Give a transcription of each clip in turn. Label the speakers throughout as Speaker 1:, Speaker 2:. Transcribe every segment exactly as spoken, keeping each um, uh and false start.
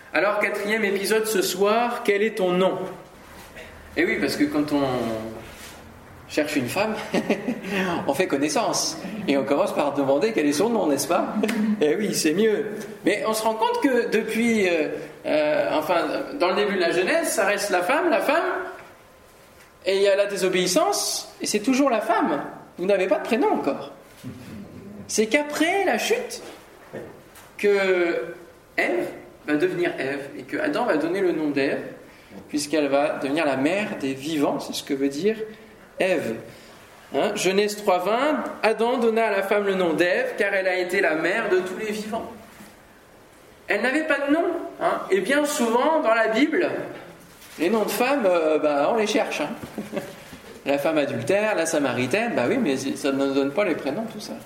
Speaker 1: Alors, quatrième épisode ce soir, quel est ton nom? Eh oui, parce que quand on cherche une femme, on fait connaissance. Et on commence par demander quel est son nom, n'est-ce pas? Eh oui, c'est mieux. Mais on se rend compte que depuis, euh, euh, enfin, dans le début de la Genèse, ça reste la femme, la femme, et il y a la désobéissance, et c'est toujours la femme. Vous n'avez pas de prénom encore. C'est qu'après la chute, que Ève va devenir Ève, et que Adam va donner le nom d'Ève, puisqu'elle va devenir la mère des vivants, c'est ce que veut dire Ève. Hein, Genèse trois vingt, Adam donna à la femme le nom d'Ève, car elle a été la mère de tous les vivants. Elle n'avait pas de nom. Hein, et bien souvent, dans la Bible, les noms de femmes, euh, bah, on les cherche. Hein. La femme adultère, la samaritaine, bah oui, mais ça ne donne pas les prénoms, tout ça.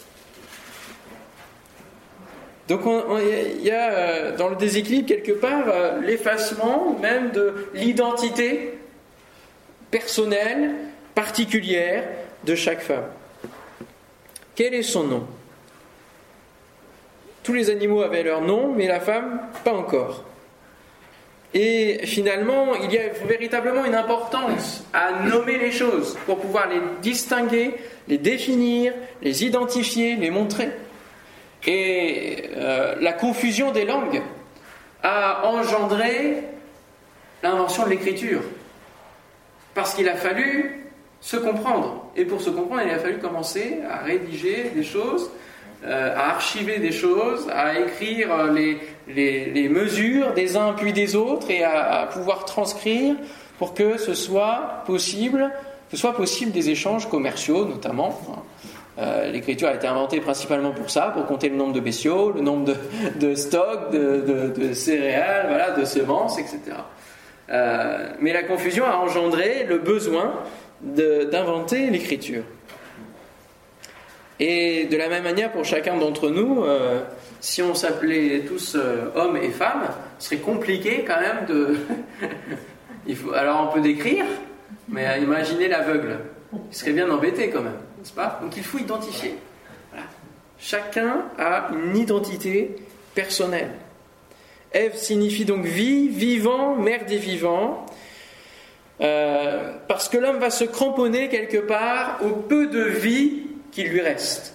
Speaker 1: Donc il y a euh, dans le déséquilibre quelque part euh, l'effacement même de l'identité personnelle, particulière de chaque femme. Quel est son nom? Tous les animaux avaient leur nom, mais la femme, pas encore. Et finalement, il y a véritablement une importance à nommer les choses pour pouvoir les distinguer, les définir, les identifier, les montrer. Et euh, la confusion des langues a engendré l'invention de l'écriture. Parce qu'il a fallu se comprendre. Et pour se comprendre, il a fallu commencer à rédiger des choses, euh, à archiver des choses, à écrire les, les, les mesures des uns puis des autres et à, à pouvoir transcrire pour que ce soit possible, que ce soit possible des échanges commerciaux notamment. Euh, l'écriture a été inventée principalement pour ça, pour compter le nombre de bestiaux, le nombre de, de stocks, de, de, de céréales, voilà, de semences, et cetera. Euh, mais la confusion a engendré le besoin de, d'inventer l'écriture. Et de la même manière, pour chacun d'entre nous, euh, si on s'appelait tous euh, hommes et femmes, ce serait compliqué quand même de... Il faut... Alors on peut décrire, mais imaginez l'aveugle. Il serait bien embêté quand même, n'est-ce pas? Donc il faut identifier. Voilà. Chacun a une identité personnelle. Ève signifie donc vie, vivant, mère des vivants, euh, parce que l'homme va se cramponner quelque part au peu de vie qui lui reste.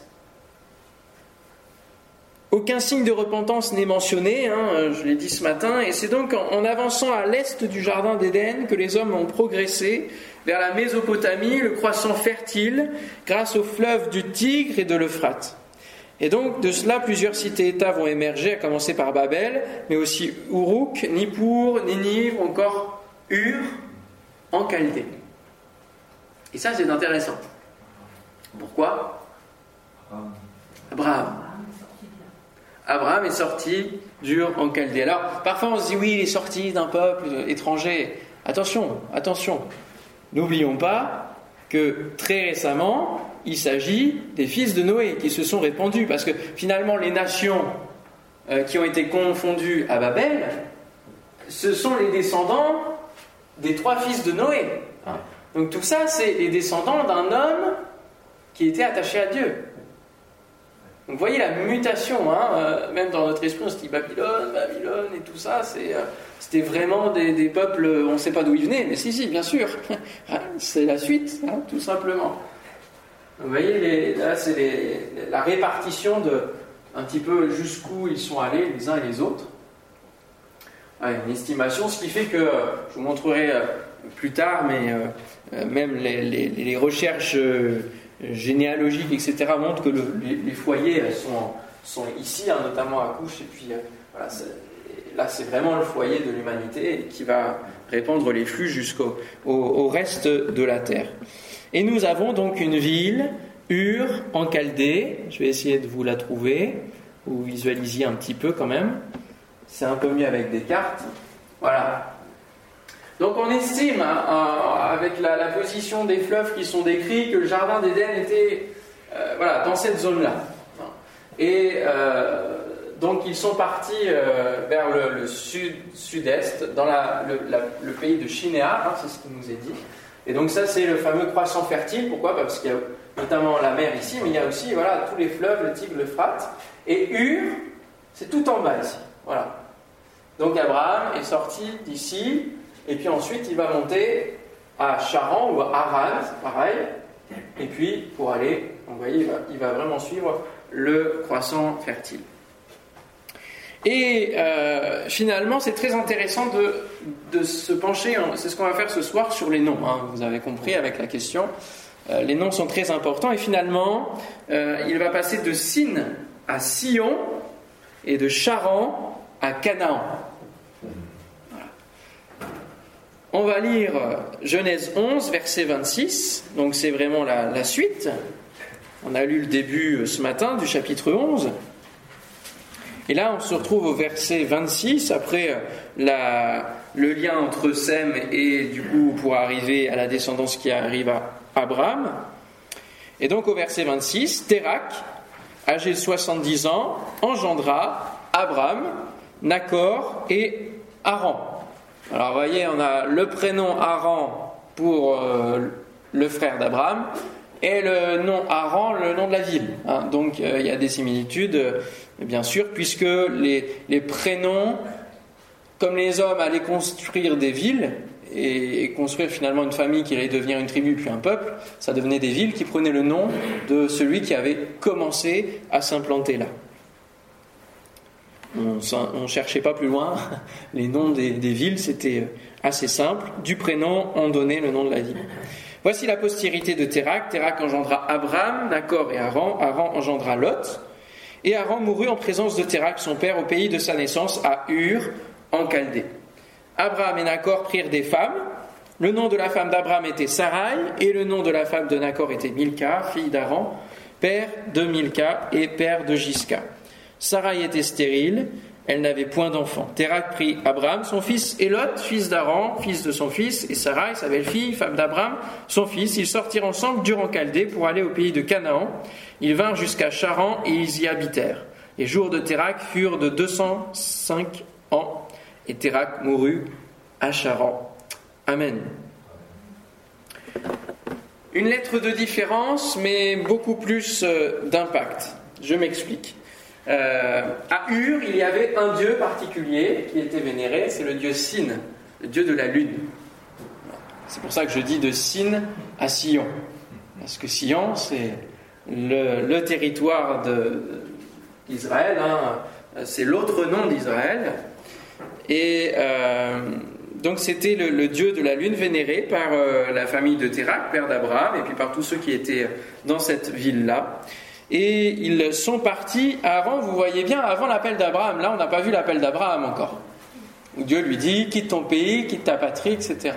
Speaker 1: Aucun signe de repentance n'est mentionné, hein, je l'ai dit ce matin, et c'est donc en, en avançant à l'est du jardin d'Éden que les hommes ont progressé vers la Mésopotamie, le croissant fertile, grâce aux fleuves du Tigre et de l'Euphrate. Et donc, de cela, plusieurs cités-États vont émerger, à commencer par Babel, mais aussi Uruk, Nippur, Ninive, ou encore Ur, en Chaldée. Et ça, c'est intéressant. Pourquoi? Abraham. Abraham est sorti d'Ur en Chaldée. Alors, parfois on se dit, oui, il est sorti d'un peuple étranger. Attention, attention. N'oublions pas que très récemment, il s'agit des fils de Noé qui se sont répandus. Parce que finalement, les nations euh, qui ont été confondues à Babel, ce sont les descendants des trois fils de Noé. Hein. Donc tout ça, c'est les descendants d'un homme qui était attaché à Dieu. Donc vous voyez la mutation, hein, euh, même dans notre esprit on se dit Babylone, Babylone et tout ça, c'est, euh, c'était vraiment des, des peuples, on ne sait pas d'où ils venaient, mais si, si, bien sûr, c'est la suite, hein, tout simplement. Vous voyez, les, là c'est les, la répartition de un petit peu jusqu'où ils sont allés les uns et les autres. Ouais, une estimation, ce qui fait que, je vous montrerai euh, plus tard, mais euh, même les, les, les recherches... Euh, généalogiques, et cetera, montrent que le, les, les foyers sont, sont ici, hein, notamment à Couche, et puis euh, voilà, c'est, là c'est vraiment le foyer de l'humanité qui va répandre les flux jusqu'au au, au reste de la terre. Et nous avons donc une ville, Ur, en Chaldée. Je vais essayer de vous la trouver, vous visualisiez un petit peu quand même. C'est un peu mieux avec des cartes. Voilà. Donc on estime, hein, euh, avec la, la position des fleuves qui sont décrits, que le jardin d'Éden était euh, voilà, dans cette zone-là. Et euh, donc ils sont partis euh, vers le, le sud, sud-est, dans la, le, la, le pays de Shinéar, hein, c'est ce qui nous est dit. Et donc ça c'est le fameux croissant fertile. Pourquoi? Parce qu'il y a notamment la mer ici, mais il y a aussi voilà, tous les fleuves, le Tigre, l'Euphrate. Et Ur, c'est tout en bas ici. Voilà. Donc Abraham est sorti d'ici, et puis ensuite il va monter à Charan ou à Haran, c'est pareil, et puis pour aller, vous voyez, il va, il va vraiment suivre le croissant fertile. Et euh, finalement, c'est très intéressant de, de se pencher, en, c'est ce qu'on va faire ce soir sur les noms, hein, vous avez compris avec la question. Euh, les noms sont très importants, et finalement, euh, il va passer de Sin à Sion, et de Charan à Canaan. Voilà. On va lire Genèse onze, verset vingt-six, donc c'est vraiment la, la suite. On a lu le début ce matin du chapitre onze. Et là, on se retrouve au verset vingt-six, après la, le lien entre Sem et du coup pour arriver à la descendance qui arrive à Abraham. Et donc au verset vingt-six, Térak, âgé de soixante-dix ans, engendra Abraham, Nacor et Haran. Alors vous voyez, on a le prénom Haran pour euh, le frère d'Abraham, et le nom Haran, le nom de la ville. Hein. Donc euh, il y a des similitudes, euh, bien sûr, puisque les, les prénoms, comme les hommes allaient construire des villes, et, et construire finalement une famille qui allait devenir une tribu puis un peuple, ça devenait des villes qui prenaient le nom de celui qui avait commencé à s'implanter là. On ne cherchait pas plus loin, les noms des, des villes, c'était assez simple. Du prénom, on donnait le nom de la ville. Voici la postérité de Térak. Térak engendra Abraham, Nacor et Haran. Haran engendra Lot. Et Haran mourut en présence de Térak, son père, au pays de sa naissance, à Ur, en Chaldée. Abraham et Nacor prirent des femmes. Le nom de la femme d'Abraham était Sarai, et le nom de la femme de Nacor était Milka, fille d'Haran, père de Milka et père de Gisca. Sarai était stérile, elle n'avait point d'enfant. Térak prit Abraham, son fils, et Lot, fils d'Haran, fils de son fils, et Sarai, sa belle-fille, femme d'Abraham, son fils. Ils sortirent ensemble d'Ur en Chaldée pour aller au pays de Canaan. Ils vinrent jusqu'à Charan et ils y habitèrent. Les jours de Térak furent de deux cent cinq ans, et Térak mourut à Charan. Amen. Une lettre de différence, mais beaucoup plus d'impact. Je m'explique. Euh, à Ur, il y avait un dieu particulier qui était vénéré, c'est le dieu Sin, le dieu de la lune. C'est pour ça que je dis de Sin à Sion, parce que Sion, c'est le, le territoire de, d'Israël, hein. C'est l'autre nom d'Israël, et euh, donc c'était le, le dieu de la lune vénéré par euh, la famille de Térak, père d'Abraham, et puis par tous ceux qui étaient dans cette ville-là. Et ils sont partis avant, vous voyez bien, avant l'appel d'Abraham. Là, on n'a pas vu l'appel d'Abraham encore. Où Dieu lui dit, quitte ton pays, quitte ta patrie, et cetera.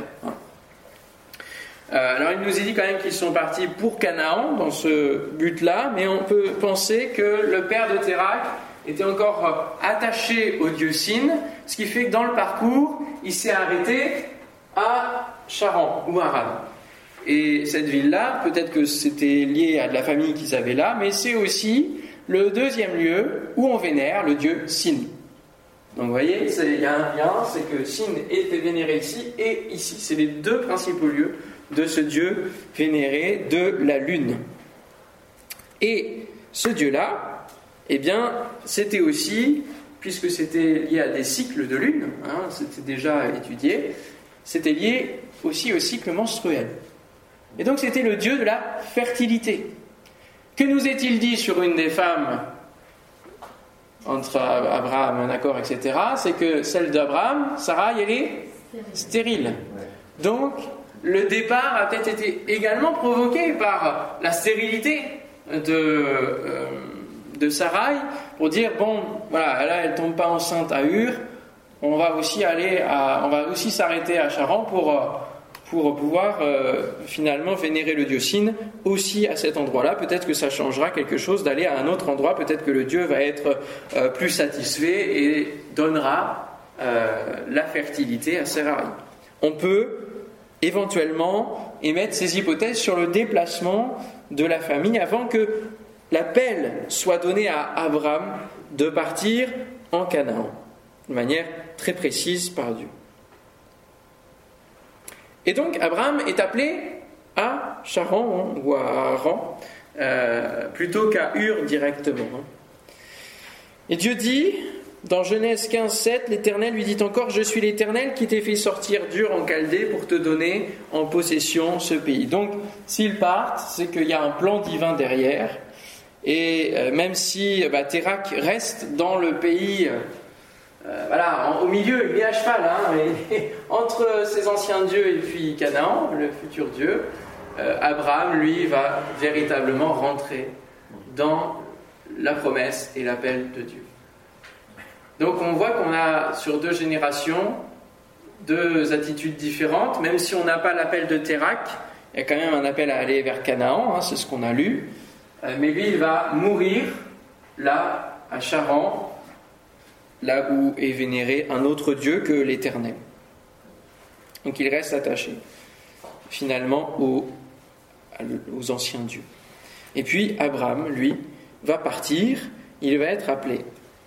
Speaker 1: Euh, alors, il nous est dit quand même qu'ils sont partis pour Canaan, dans ce but-là, mais on peut penser que le père de Térak était encore attaché au dieu Sin, ce qui fait que dans le parcours, il s'est arrêté à Charan ou Haran. Et cette ville-là, peut-être que c'était lié à de la famille qu'ils avaient là, mais c'est aussi le deuxième lieu où on vénère le dieu Sin. Donc vous voyez, il y a un lien, c'est que Sin était vénéré ici et ici. C'est les deux principaux lieux de ce dieu vénéré de la lune. Et ce dieu-là, eh bien, c'était aussi, puisque c'était lié à des cycles de lune, hein, c'était déjà étudié, c'était lié aussi au cycle menstruel. Et donc c'était le dieu de la fertilité. Que nous est-il dit sur une des femmes entre Abraham, Nacor, et cetera. C'est que celle d'Abraham, Sarai, elle est stérile. Donc le départ a peut-être été également provoqué par la stérilité de, euh, de Sarai, pour dire, bon, voilà, là elle ne tombe pas enceinte à Ur, on va aussi aller à, on va aussi s'arrêter à Charan pour... Euh, pour pouvoir euh, finalement vénérer le dieu Sin aussi à cet endroit-là. Peut-être que ça changera quelque chose d'aller à un autre endroit, peut-être que le dieu va être euh, plus satisfait et donnera euh, la fertilité à Sarai. On peut éventuellement émettre ces hypothèses sur le déplacement de la famille avant que l'appel soit donné à Abraham de partir en Canaan, de manière très précise par Dieu. Et donc Abraham est appelé à Charan, hein, ou à Haran, euh, plutôt qu'à Ur directement. Hein. Et Dieu dit, dans Genèse quinze, sept, l'Éternel lui dit encore « Je suis l'Éternel qui t'ai fait sortir d'Ur en Chaldée pour te donner en possession ce pays. » Donc, s'ils partent, c'est qu'il y a un plan divin derrière. Et euh, même si bah, Térak reste dans le pays, euh, voilà, en, au milieu, il est à cheval, hein, et, entre ses anciens dieux et puis Canaan, le futur Dieu, euh, Abraham, lui, va véritablement rentrer dans la promesse et l'appel de Dieu. Donc on voit qu'on a sur deux générations deux attitudes différentes, même si on n'a pas l'appel de Térak, il y a quand même un appel à aller vers Canaan, hein, c'est ce qu'on a lu, euh, mais lui il va mourir là, à Charan, là où est vénéré un autre Dieu que l'Éternel. Donc il reste attaché finalement aux, aux anciens dieux. Et puis Abraham, lui, va partir, il va être appelé.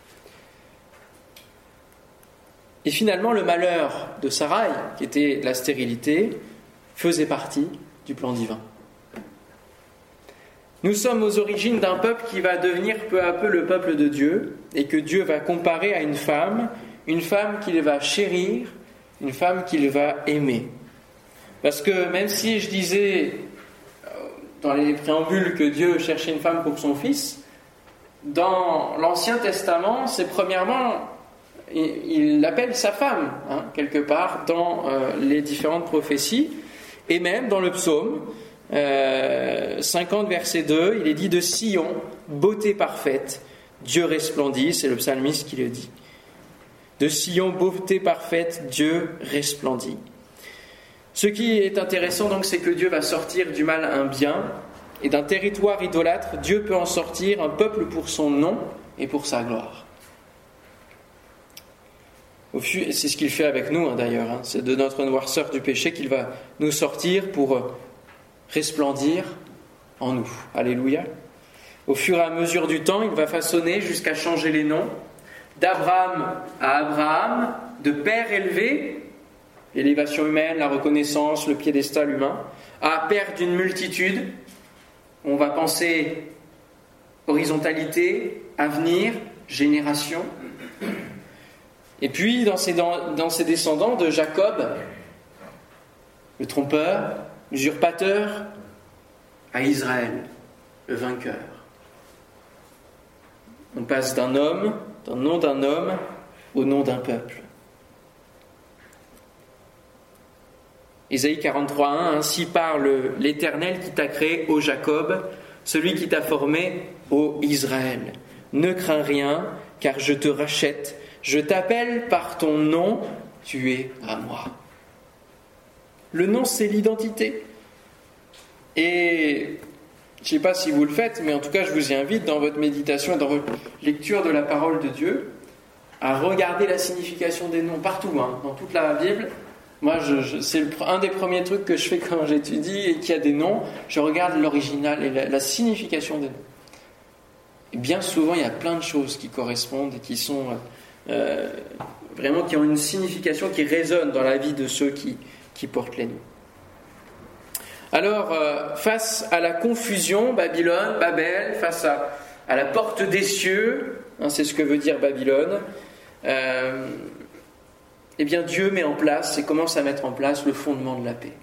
Speaker 1: Et finalement, le malheur de Sarai, qui était la stérilité, faisait partie du plan divin. Nous sommes aux origines d'un peuple qui va devenir peu à peu le peuple de Dieu, et que Dieu va comparer à une femme, une femme qu'il va chérir, une femme qu'il va aimer. Parce que même si je disais dans les préambules que Dieu cherchait une femme pour son fils, dans l'Ancien Testament, c'est premièrement... il l'appelle sa femme, hein, quelque part, dans euh, les différentes prophéties, et même dans le psaume euh, cinquante, verset deux, il est dit de Sion, beauté parfaite, Dieu resplendit, c'est le psalmiste qui le dit. De Sion, beauté parfaite, Dieu resplendit. Ce qui est intéressant donc, c'est que Dieu va sortir du mal un bien, et d'un territoire idolâtre, Dieu peut en sortir un peuple pour son nom et pour sa gloire. C'est ce qu'il fait avec nous, hein, d'ailleurs. Hein. C'est de notre noirceur du péché qu'il va nous sortir pour resplendir en nous. Alléluia. Au fur et à mesure du temps, il va façonner jusqu'à changer les noms. D'Abraham à Abraham, de père élevé, l'élévation humaine, la reconnaissance, le piédestal humain, à père d'une multitude. On va penser horizontalité, avenir, génération. Et puis, dans ses, dans, dans ses descendants, de Jacob, le trompeur, l'usurpateur, à Israël, le vainqueur. On passe d'un homme, d'un nom d'un homme, au nom d'un peuple. Ésaïe quarante-trois, un, ainsi parle l'Éternel qui t'a créé, ô Jacob, celui qui t'a formé, ô Israël. Ne crains rien, car je te rachète. Je t'appelle par ton nom, tu es à moi. Le nom, c'est l'identité. Et je ne sais pas si vous le faites, mais en tout cas, je vous y invite dans votre méditation et dans votre lecture de la parole de Dieu à regarder la signification des noms partout, hein, dans toute la Bible. Moi, je, je, c'est le, un des premiers trucs que je fais quand j'étudie et qu'il y a des noms. Je regarde l'original et la, la signification des noms. Et bien souvent, il y a plein de choses qui correspondent et qui sont... Euh, vraiment qui ont une signification qui résonne dans la vie de ceux qui, qui portent les noms. Alors, euh, face à la confusion, Babylone, Babel, face à, à la porte des cieux, hein, c'est ce que veut dire Babylone, euh, eh bien Dieu met en place et commence à mettre en place le fondement de la paix.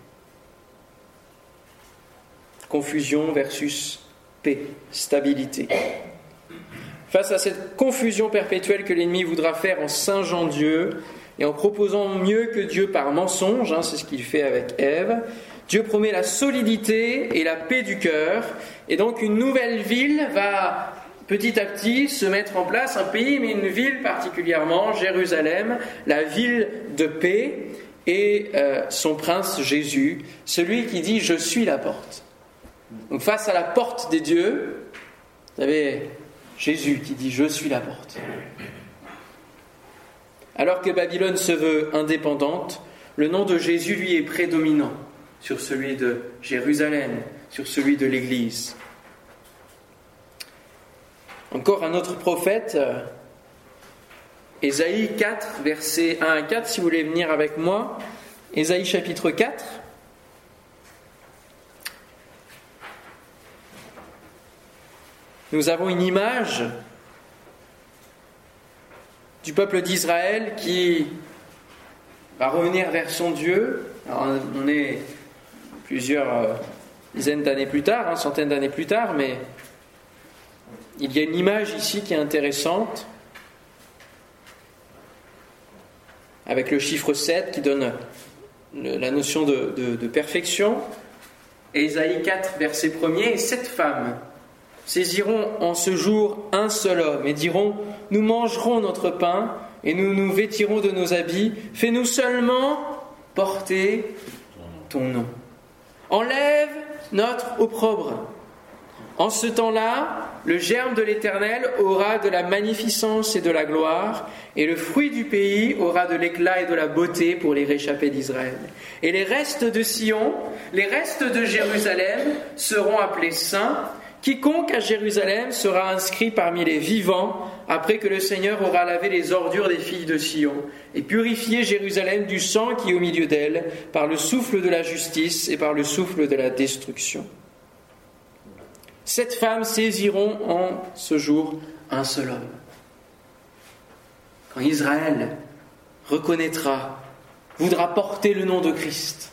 Speaker 1: Confusion versus paix, stabilité. Face à cette confusion perpétuelle que l'ennemi voudra faire en singeant Dieu et en proposant mieux que Dieu par mensonge, hein, c'est ce qu'il fait avec Ève, Dieu promet la solidité et la paix du cœur, et donc une nouvelle ville va petit à petit se mettre en place, un pays, mais une ville particulièrement, Jérusalem, la ville de paix, et euh, son prince Jésus, celui qui dit « Je suis la porte ». Donc face à la porte des dieux, vous savez... Jésus qui dit « Je suis la porte ». Alors que Babylone se veut indépendante, le nom de Jésus, lui, est prédominant sur celui de Jérusalem, sur celui de l'Église. Encore un autre prophète, Ésaïe quatre, versets un à quatre, si vous voulez venir avec moi. Ésaïe chapitre quatre. Nous avons une image du peuple d'Israël qui va revenir vers son Dieu. Alors, on est plusieurs euh, dizaines d'années plus tard, hein, centaines d'années plus tard, mais il y a une image ici qui est intéressante, avec le chiffre sept qui donne le, la notion de, de, de perfection. Et Ésaïe quatre, verset premier, et sept femmes saisiront en ce jour un seul homme et diront: nous mangerons notre pain et nous nous vêtirons de nos habits, fais-nous seulement porter ton nom. Enlève notre opprobre. En ce temps-là, le germe de l'Éternel aura de la magnificence et de la gloire, et le fruit du pays aura de l'éclat et de la beauté pour les réchappés d'Israël. Et les restes de Sion, les restes de Jérusalem seront appelés saints. Quiconque à Jérusalem sera inscrit parmi les vivants, après que le Seigneur aura lavé les ordures des filles de Sion, et purifié Jérusalem du sang qui est au milieu d'elle, par le souffle de la justice et par le souffle de la destruction. Sept femmes saisiront en ce jour un seul homme. Quand Israël reconnaîtra, voudra porter le nom de Christ,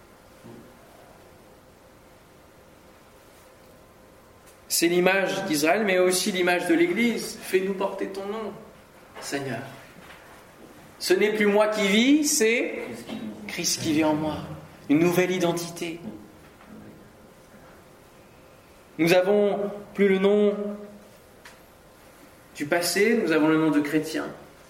Speaker 1: c'est l'image d'Israël, mais aussi l'image de l'Église. Fais-nous porter ton nom, Seigneur. Ce n'est plus moi qui vis, c'est Christ qui vit en moi. Une nouvelle identité. Nous n'avons plus le nom du passé, nous avons le nom de chrétien.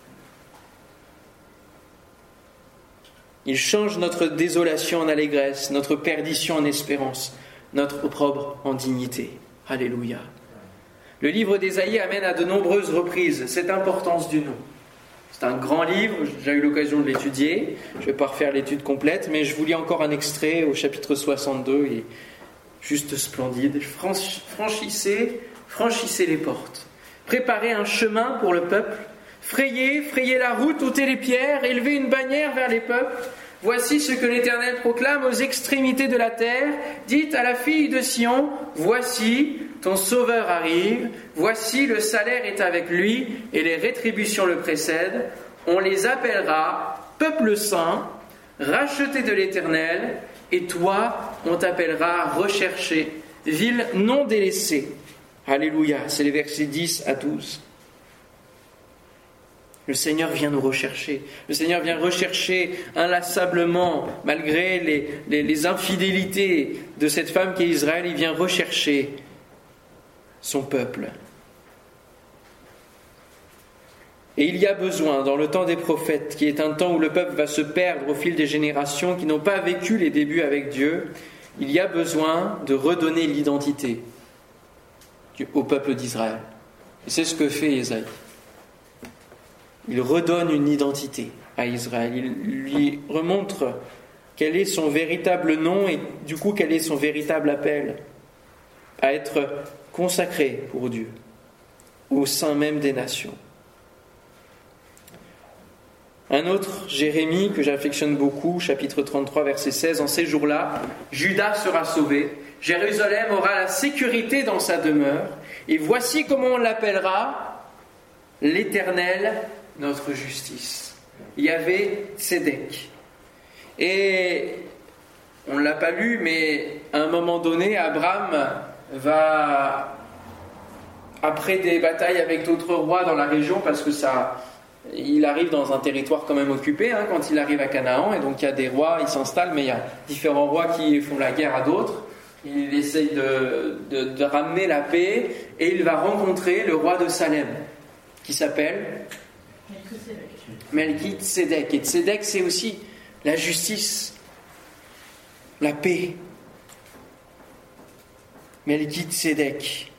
Speaker 1: Il change notre désolation en allégresse, notre perdition en espérance, notre opprobre en dignité. Alléluia. Le livre d'Ésaïe amène à de nombreuses reprises cette importance du nom. C'est un grand livre, j'ai déjà eu l'occasion de l'étudier. Je ne vais pas refaire l'étude complète, mais je vous lis encore un extrait au chapitre soixante-deux. Il est juste splendide. Franchissez, franchissez les portes. Préparez un chemin pour le peuple. Frayez, frayez la route, ôtez les pierres, élevez une bannière vers les peuples. Voici ce que l'Éternel proclame aux extrémités de la terre. Dites à la fille de Sion, voici, ton sauveur arrive. Voici, le salaire est avec lui et les rétributions le précèdent. On les appellera peuple saint, racheté de l'Éternel, et toi, on t'appellera recherché, ville non délaissée. Alléluia, c'est les versets dix à douze. Le Seigneur vient nous rechercher. Le Seigneur vient rechercher inlassablement, malgré les, les, les infidélités de cette femme qui est Israël, il vient rechercher son peuple. Et il y a besoin, dans le temps des prophètes, qui est un temps où le peuple va se perdre au fil des générations, qui n'ont pas vécu les débuts avec Dieu, il y a besoin de redonner l'identité au peuple d'Israël. Et c'est ce que fait Ésaïe. Il redonne une identité à Israël. Il lui remontre quel est son véritable nom et du coup quel est son véritable appel à être consacré pour Dieu, au sein même des nations. Un autre, Jérémie, que j'affectionne beaucoup, chapitre trente-trois, verset seize, « En ces jours-là, Juda sera sauvé, Jérusalem aura la sécurité dans sa demeure, et voici comment on l'appellera, l'Éternel, notre justice. » Yahvé Tsédek. Et on ne l'a pas lu, mais à un moment donné, Abraham va, après des batailles avec d'autres rois dans la région, parce que ça, il arrive dans un territoire quand même occupé, hein, quand il arrive à Canaan, et donc il y a des rois, ils s'installent, mais il y a différents rois qui font la guerre à d'autres. Il essaye de, de, de ramener la paix, et il va rencontrer le roi de Salem, qui s'appelle Melchitsédek. Et Tsédek, c'est aussi la justice, la paix. Melchitsédek.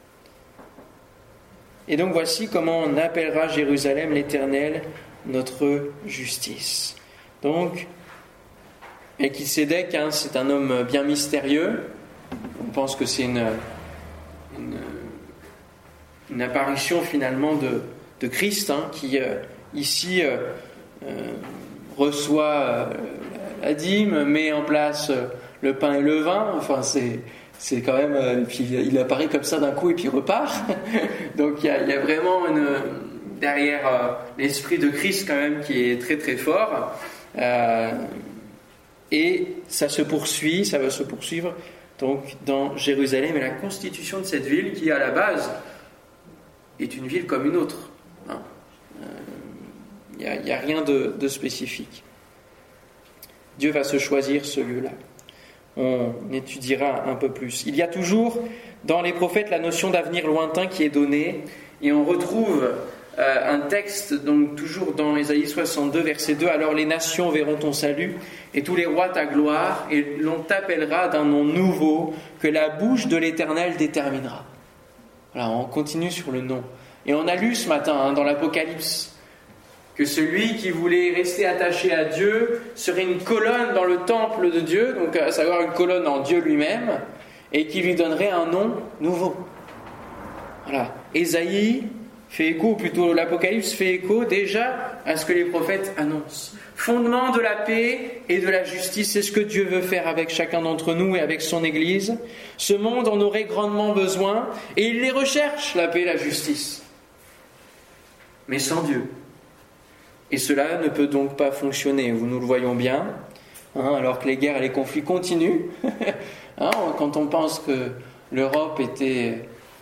Speaker 1: Et donc voici comment on appellera Jérusalem l'Éternel, notre justice. Donc, Melchitsédek, hein, c'est un homme bien mystérieux. On pense que c'est une, une, une apparition finalement de, de Christ, hein, qui euh, ici euh, euh, reçoit euh, la dîme, met en place euh, le pain et le vin. Enfin, c'est, c'est quand même. Euh, et puis il apparaît comme ça d'un coup et puis il repart. Donc il y a, il y a vraiment une. derrière euh, l'esprit de Christ quand même qui est très très fort. Euh, et ça se poursuit, ça va se poursuivre donc dans Jérusalem et la constitution de cette ville qui à la base est une ville comme une autre. Hein. Il n'y a, a rien de, de spécifique. Dieu va se choisir ce lieu-là. On étudiera un peu plus. Il y a toujours dans les prophètes la notion d'avenir lointain qui est donnée, et on retrouve euh, un texte, donc toujours dans Ésaïe soixante-deux, verset deux, « Alors les nations verront ton salut, et tous les rois ta gloire, et l'on t'appellera d'un nom nouveau, que la bouche de l'Éternel déterminera. » Voilà, on continue sur le nom. Et on a lu ce matin hein, dans l'Apocalypse que celui qui voulait rester attaché à Dieu serait une colonne dans le temple de Dieu, donc à savoir une colonne en Dieu lui-même, et qui lui donnerait un nom nouveau. Voilà. Ésaïe fait écho, ou plutôt l'Apocalypse fait écho déjà à ce que les prophètes annoncent. Fondement de la paix et de la justice, c'est ce que Dieu veut faire avec chacun d'entre nous et avec son Église. Ce monde en aurait grandement besoin, et il les recherche, la paix et la justice. Mais sans Dieu. Et cela ne peut donc pas fonctionner, nous le voyons bien, hein, alors que les guerres et les conflits continuent. hein, quand on pense que l'Europe était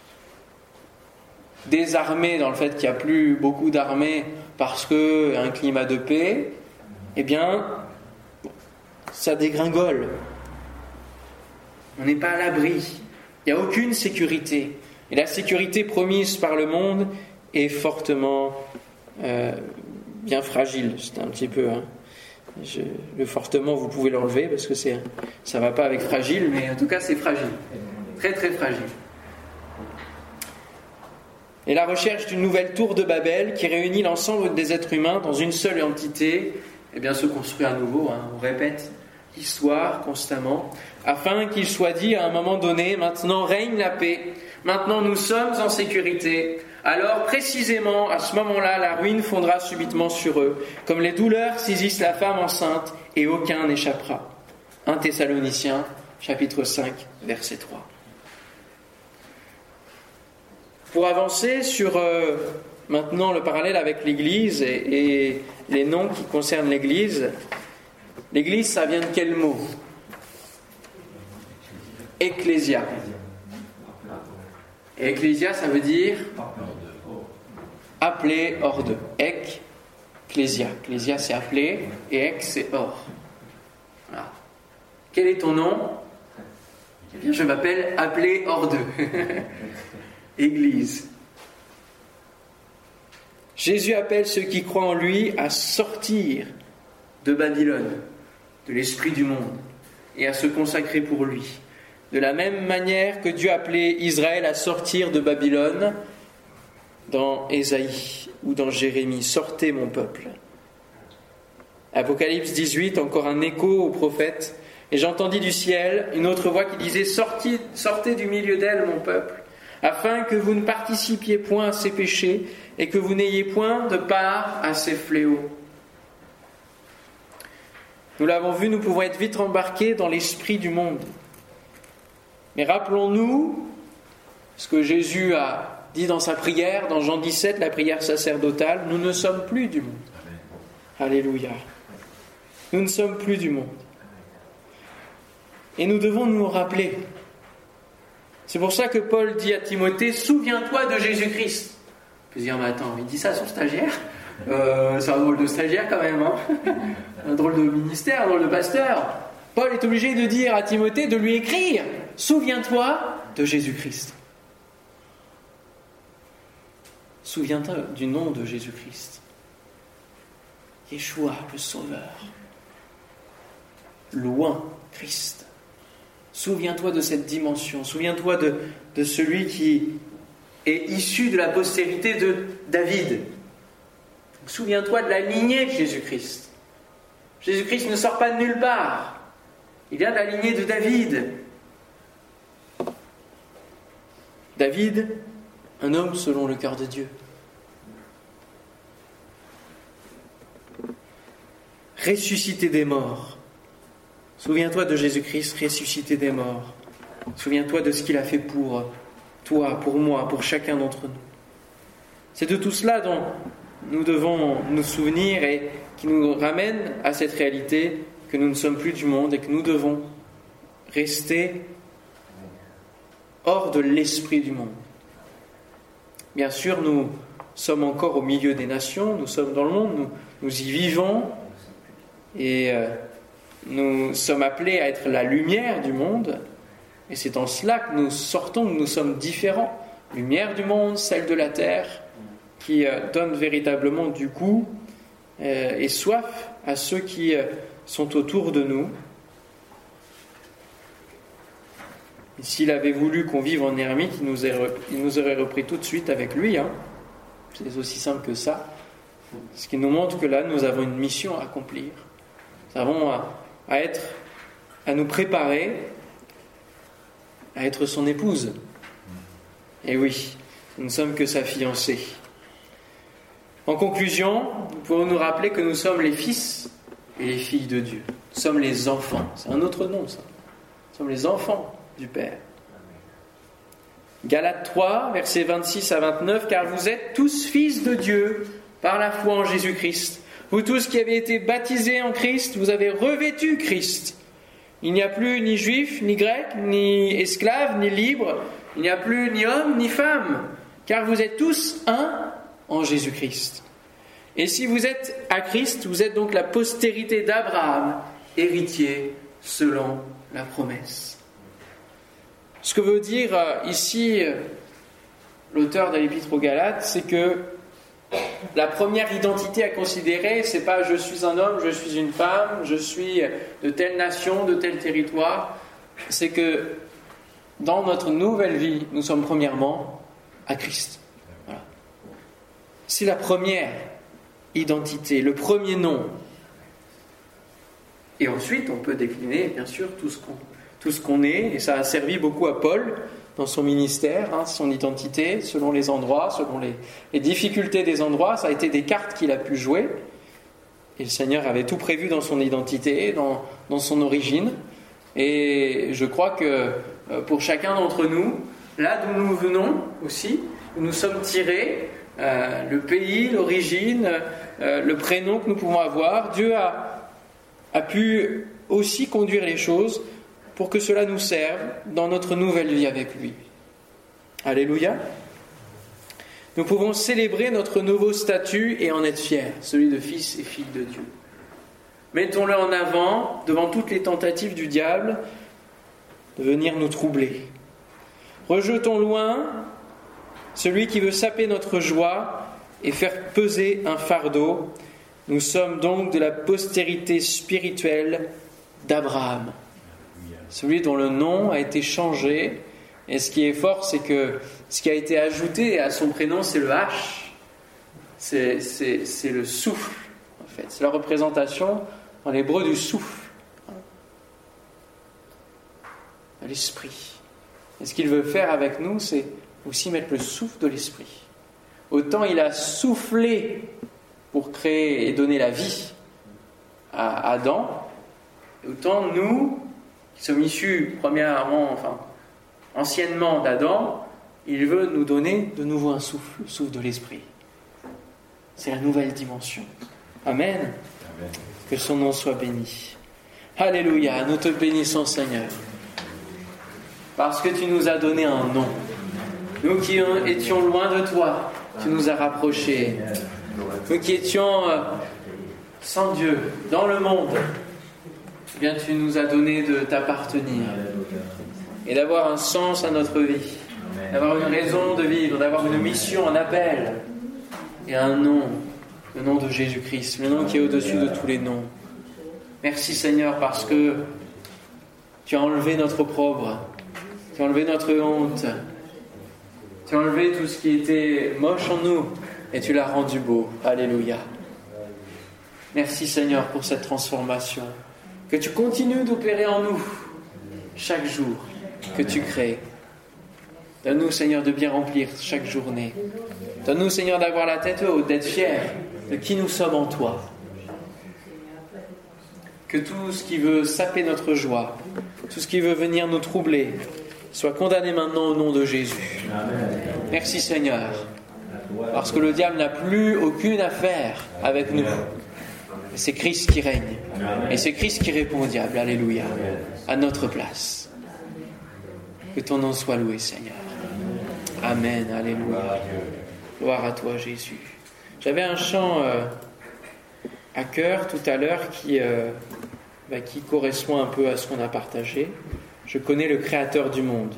Speaker 1: désarmée dans le fait qu'il n'y a plus beaucoup d'armées parce qu'il y a un climat de paix, eh bien, ça dégringole. On n'est pas à l'abri. Il n'y a aucune sécurité. Et la sécurité promise par le monde est fortement... Euh, bien fragile, c'est un petit peu hein. Je, le fortement vous pouvez l'enlever parce que c'est, ça va pas avec fragile, mais en tout cas c'est fragile, très très fragile. Et la recherche d'une nouvelle tour de Babel qui réunit l'ensemble des êtres humains dans une seule entité, eh bien se construit à nouveau, hein. On répète l'histoire constamment, afin qu'il soit dit à un moment donné, maintenant règne la paix, maintenant nous sommes en sécurité. Alors précisément à ce moment-là, la ruine fondra subitement sur eux, comme les douleurs saisissent la femme enceinte, et aucun n'échappera. premier Thessaloniciens, chapitre cinq, verset trois. Pour avancer sur euh, maintenant le parallèle avec l'Église et, et les noms qui concernent l'Église, l'Église, ça vient de quel mot ? Ecclésia. Et Ecclésia, ça veut dire appelé hors de. Ek, Ecclésia. Ecclésia, c'est appelé, et ek, c'est hors. Voilà. Quel est ton nom ? Eh bien, je m'appelle appelé hors de. Église. Jésus appelle ceux qui croient en lui à sortir de Babylone, de l'esprit du monde, et à se consacrer pour lui. De la même manière que Dieu appelait Israël à sortir de Babylone, dans Ésaïe ou dans Jérémie, « Sortez mon peuple ». Apocalypse dix-huit, encore un écho au prophète. « Et j'entendis du ciel une autre voix qui disait « Sortez, sortez du milieu d'elle, mon peuple, afin que vous ne participiez point à ses péchés et que vous n'ayez point de part à ses fléaux. » Nous l'avons vu, nous pouvons être vite embarqués dans l'esprit du monde. Mais rappelons-nous ce que Jésus a dit dans sa prière, dans Jean dix-sept, la prière sacerdotale, nous ne sommes plus du monde. Amen. Alléluia. Nous ne sommes plus du monde. Et nous devons nous rappeler. C'est pour ça que Paul dit à Timothée, souviens-toi de Jésus-Christ. On peut se dire, mais attends, il dit ça à son stagiaire ? euh, C'est un drôle de stagiaire quand même, hein. Un drôle de ministère, un drôle de pasteur. Paul est obligé de dire à Timothée, de lui écrire, souviens-toi de Jésus-Christ. Souviens-toi du nom de Jésus-Christ. Yeshua, le Sauveur. Loin, Christ. Souviens-toi de cette dimension. Souviens-toi de, de celui qui est issu de la postérité de David. Souviens-toi de la lignée de Jésus-Christ. Jésus-Christ ne sort pas de nulle part. Il vient de la lignée de David. David, un homme selon le cœur de Dieu. Ressuscité des morts. Souviens-toi de Jésus-Christ ressuscité des morts. Souviens-toi de ce qu'il a fait pour toi, pour moi, pour chacun d'entre nous. C'est de tout cela dont nous devons nous souvenir et qui nous ramène à cette réalité que nous ne sommes plus du monde et que nous devons rester hors de l'esprit du monde. Bien sûr, nous sommes encore au milieu des nations, nous sommes dans le monde, nous, nous y vivons et euh, nous sommes appelés à être la lumière du monde et c'est en cela que nous sortons, que nous sommes différents. Lumière du monde, celle de la terre, qui euh, donne véritablement du goût euh, et soif à ceux qui euh, sont autour de nous. Et s'il avait voulu qu'on vive en ermite, il nous, aurait, il nous aurait repris tout de suite avec lui. Hein. C'est aussi simple que ça. Ce qui nous montre que là, nous avons une mission à accomplir. Nous avons à, à être, à nous préparer à être son épouse. Et oui, nous ne sommes que sa fiancée. En conclusion, nous pouvons nous rappeler que nous sommes les fils et les filles de Dieu. Nous sommes les enfants. C'est un autre nom, ça. Nous sommes les enfants du Père. Galates trois, versets vingt-six à vingt-neuf, « Car vous êtes tous fils de Dieu par la foi en Jésus-Christ. Vous tous qui avez été baptisés en Christ, vous avez revêtu Christ. Il n'y a plus ni juif, ni grec, ni esclave, ni libre. Il n'y a plus ni homme, ni femme. Car vous êtes tous un en Jésus-Christ. Et si vous êtes à Christ, vous êtes donc la postérité d'Abraham, héritier selon la promesse. » Ce que veut dire ici l'auteur de l'Épître aux Galates, c'est que la première identité à considérer, c'est pas je suis un homme, je suis une femme, je suis de telle nation, de tel territoire. C'est que dans notre nouvelle vie, nous sommes premièrement à Christ. Voilà. C'est la première identité, le premier nom. Et ensuite, on peut décliner, bien sûr, tout ce qu'on, tout ce qu'on est. Et ça a servi beaucoup à Paul dans son ministère, hein, son identité, selon les endroits, selon les, les difficultés des endroits. Ça a été des cartes qu'il a pu jouer. Et le Seigneur avait tout prévu dans son identité, dans, dans son origine. Et je crois que pour chacun d'entre nous, là d'où nous venons aussi, où nous sommes tirés, euh, le pays, l'origine, euh, le prénom que nous pouvons avoir, Dieu a, a pu aussi conduire les choses pour que cela nous serve dans notre nouvelle vie avec lui. Alléluia. Nous pouvons célébrer notre nouveau statut et en être fiers, celui de fils et filles de Dieu. Mettons-le en avant devant toutes les tentatives du diable de venir nous troubler. Rejetons loin celui qui veut saper notre joie et faire peser un fardeau. Nous sommes donc de la postérité spirituelle d'Abraham, celui dont le nom a été changé. Et ce qui est fort, c'est que ce qui a été ajouté à son prénom, c'est le H. C'est, c'est, c'est le souffle, en fait. C'est la représentation en hébreu du souffle, de l'esprit. Et ce qu'il veut faire avec nous, c'est aussi mettre le souffle de l'esprit. Autant il a soufflé pour créer et donner la vie à Adam, autant nous, qui sommes issus premièrement, enfin, anciennement d'Adam, il veut nous donner de nouveau un souffle, le souffle de l'esprit. C'est la nouvelle dimension. Amen. Amen. Que son nom soit béni. Alléluia, nous te bénissons Seigneur, parce que tu nous as donné un nom. Nous qui étions loin de toi, tu nous as rapprochés. Nous qui étions sans Dieu, dans le monde, eh bien tu nous as donné de t'appartenir et d'avoir un sens à notre vie, d'avoir une raison de vivre, d'avoir une mission, un appel et un nom, le nom de Jésus-Christ, le nom qui est au-dessus de tous les noms. Merci Seigneur parce que tu as enlevé notre opprobre, tu as enlevé notre honte, tu as enlevé tout ce qui était moche en nous et tu l'as rendu beau. Alléluia. Merci Seigneur pour cette transformation. Que tu continues d'opérer en nous chaque jour que tu crées. Donne-nous Seigneur de bien remplir chaque journée. Donne-nous Seigneur d'avoir la tête haute, d'être fiers de qui nous sommes en toi. Que tout ce qui veut saper notre joie, tout ce qui veut venir nous troubler, soit condamné maintenant au nom de Jésus. Amen. Merci Seigneur. parce que le diable n'a plus aucune affaire avec nous. C'est Christ qui règne, et c'est Christ qui répond au diable, alléluia, à notre place. Que ton nom soit loué, Seigneur. Amen, alléluia. Gloire à toi, Jésus. J'avais un chant euh, à cœur tout à l'heure qui, euh, bah, qui correspond un peu à ce qu'on a partagé. Je connais le Créateur du monde.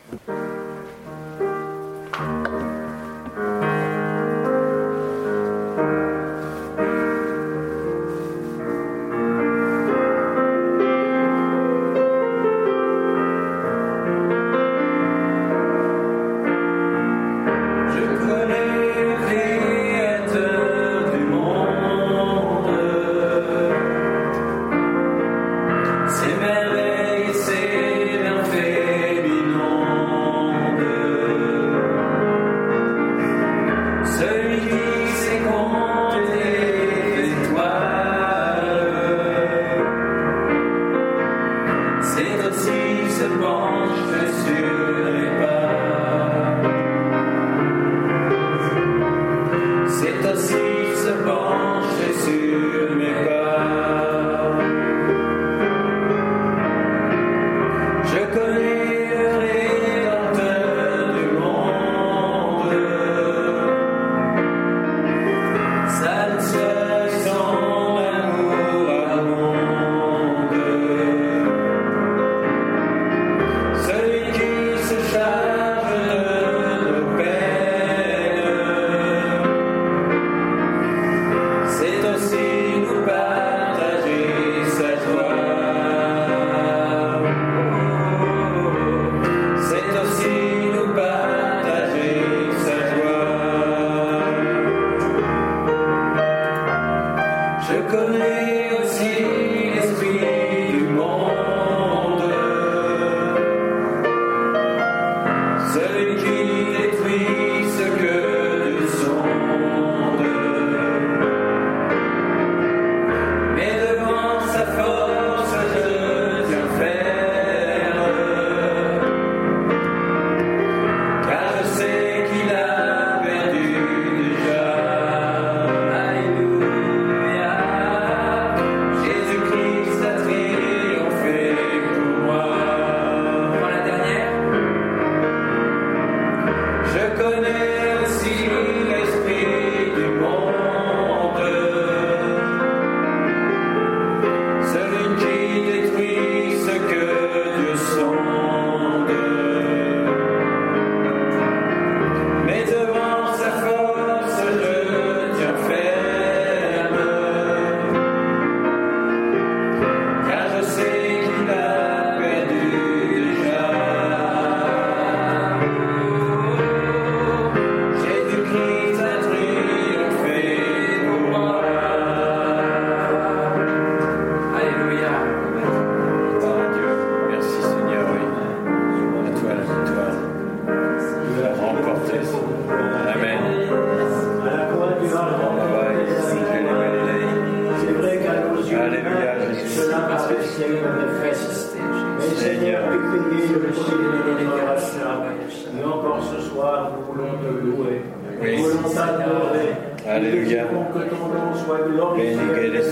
Speaker 2: Mais encore ce soir, nous voulons te louer.
Speaker 3: Oui.
Speaker 2: Nous voulons t'adorer.
Speaker 3: Alléluia.
Speaker 2: Nous voulons que ton nom soit glorifié dans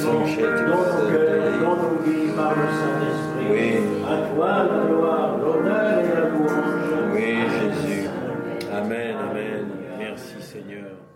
Speaker 2: nos cœurs, dans nos vies, par le Saint-Esprit.
Speaker 3: Oui.
Speaker 2: À toi la gloire, l'honneur et la louange.
Speaker 3: Oui, Jésus. Amen, amen. Merci Seigneur.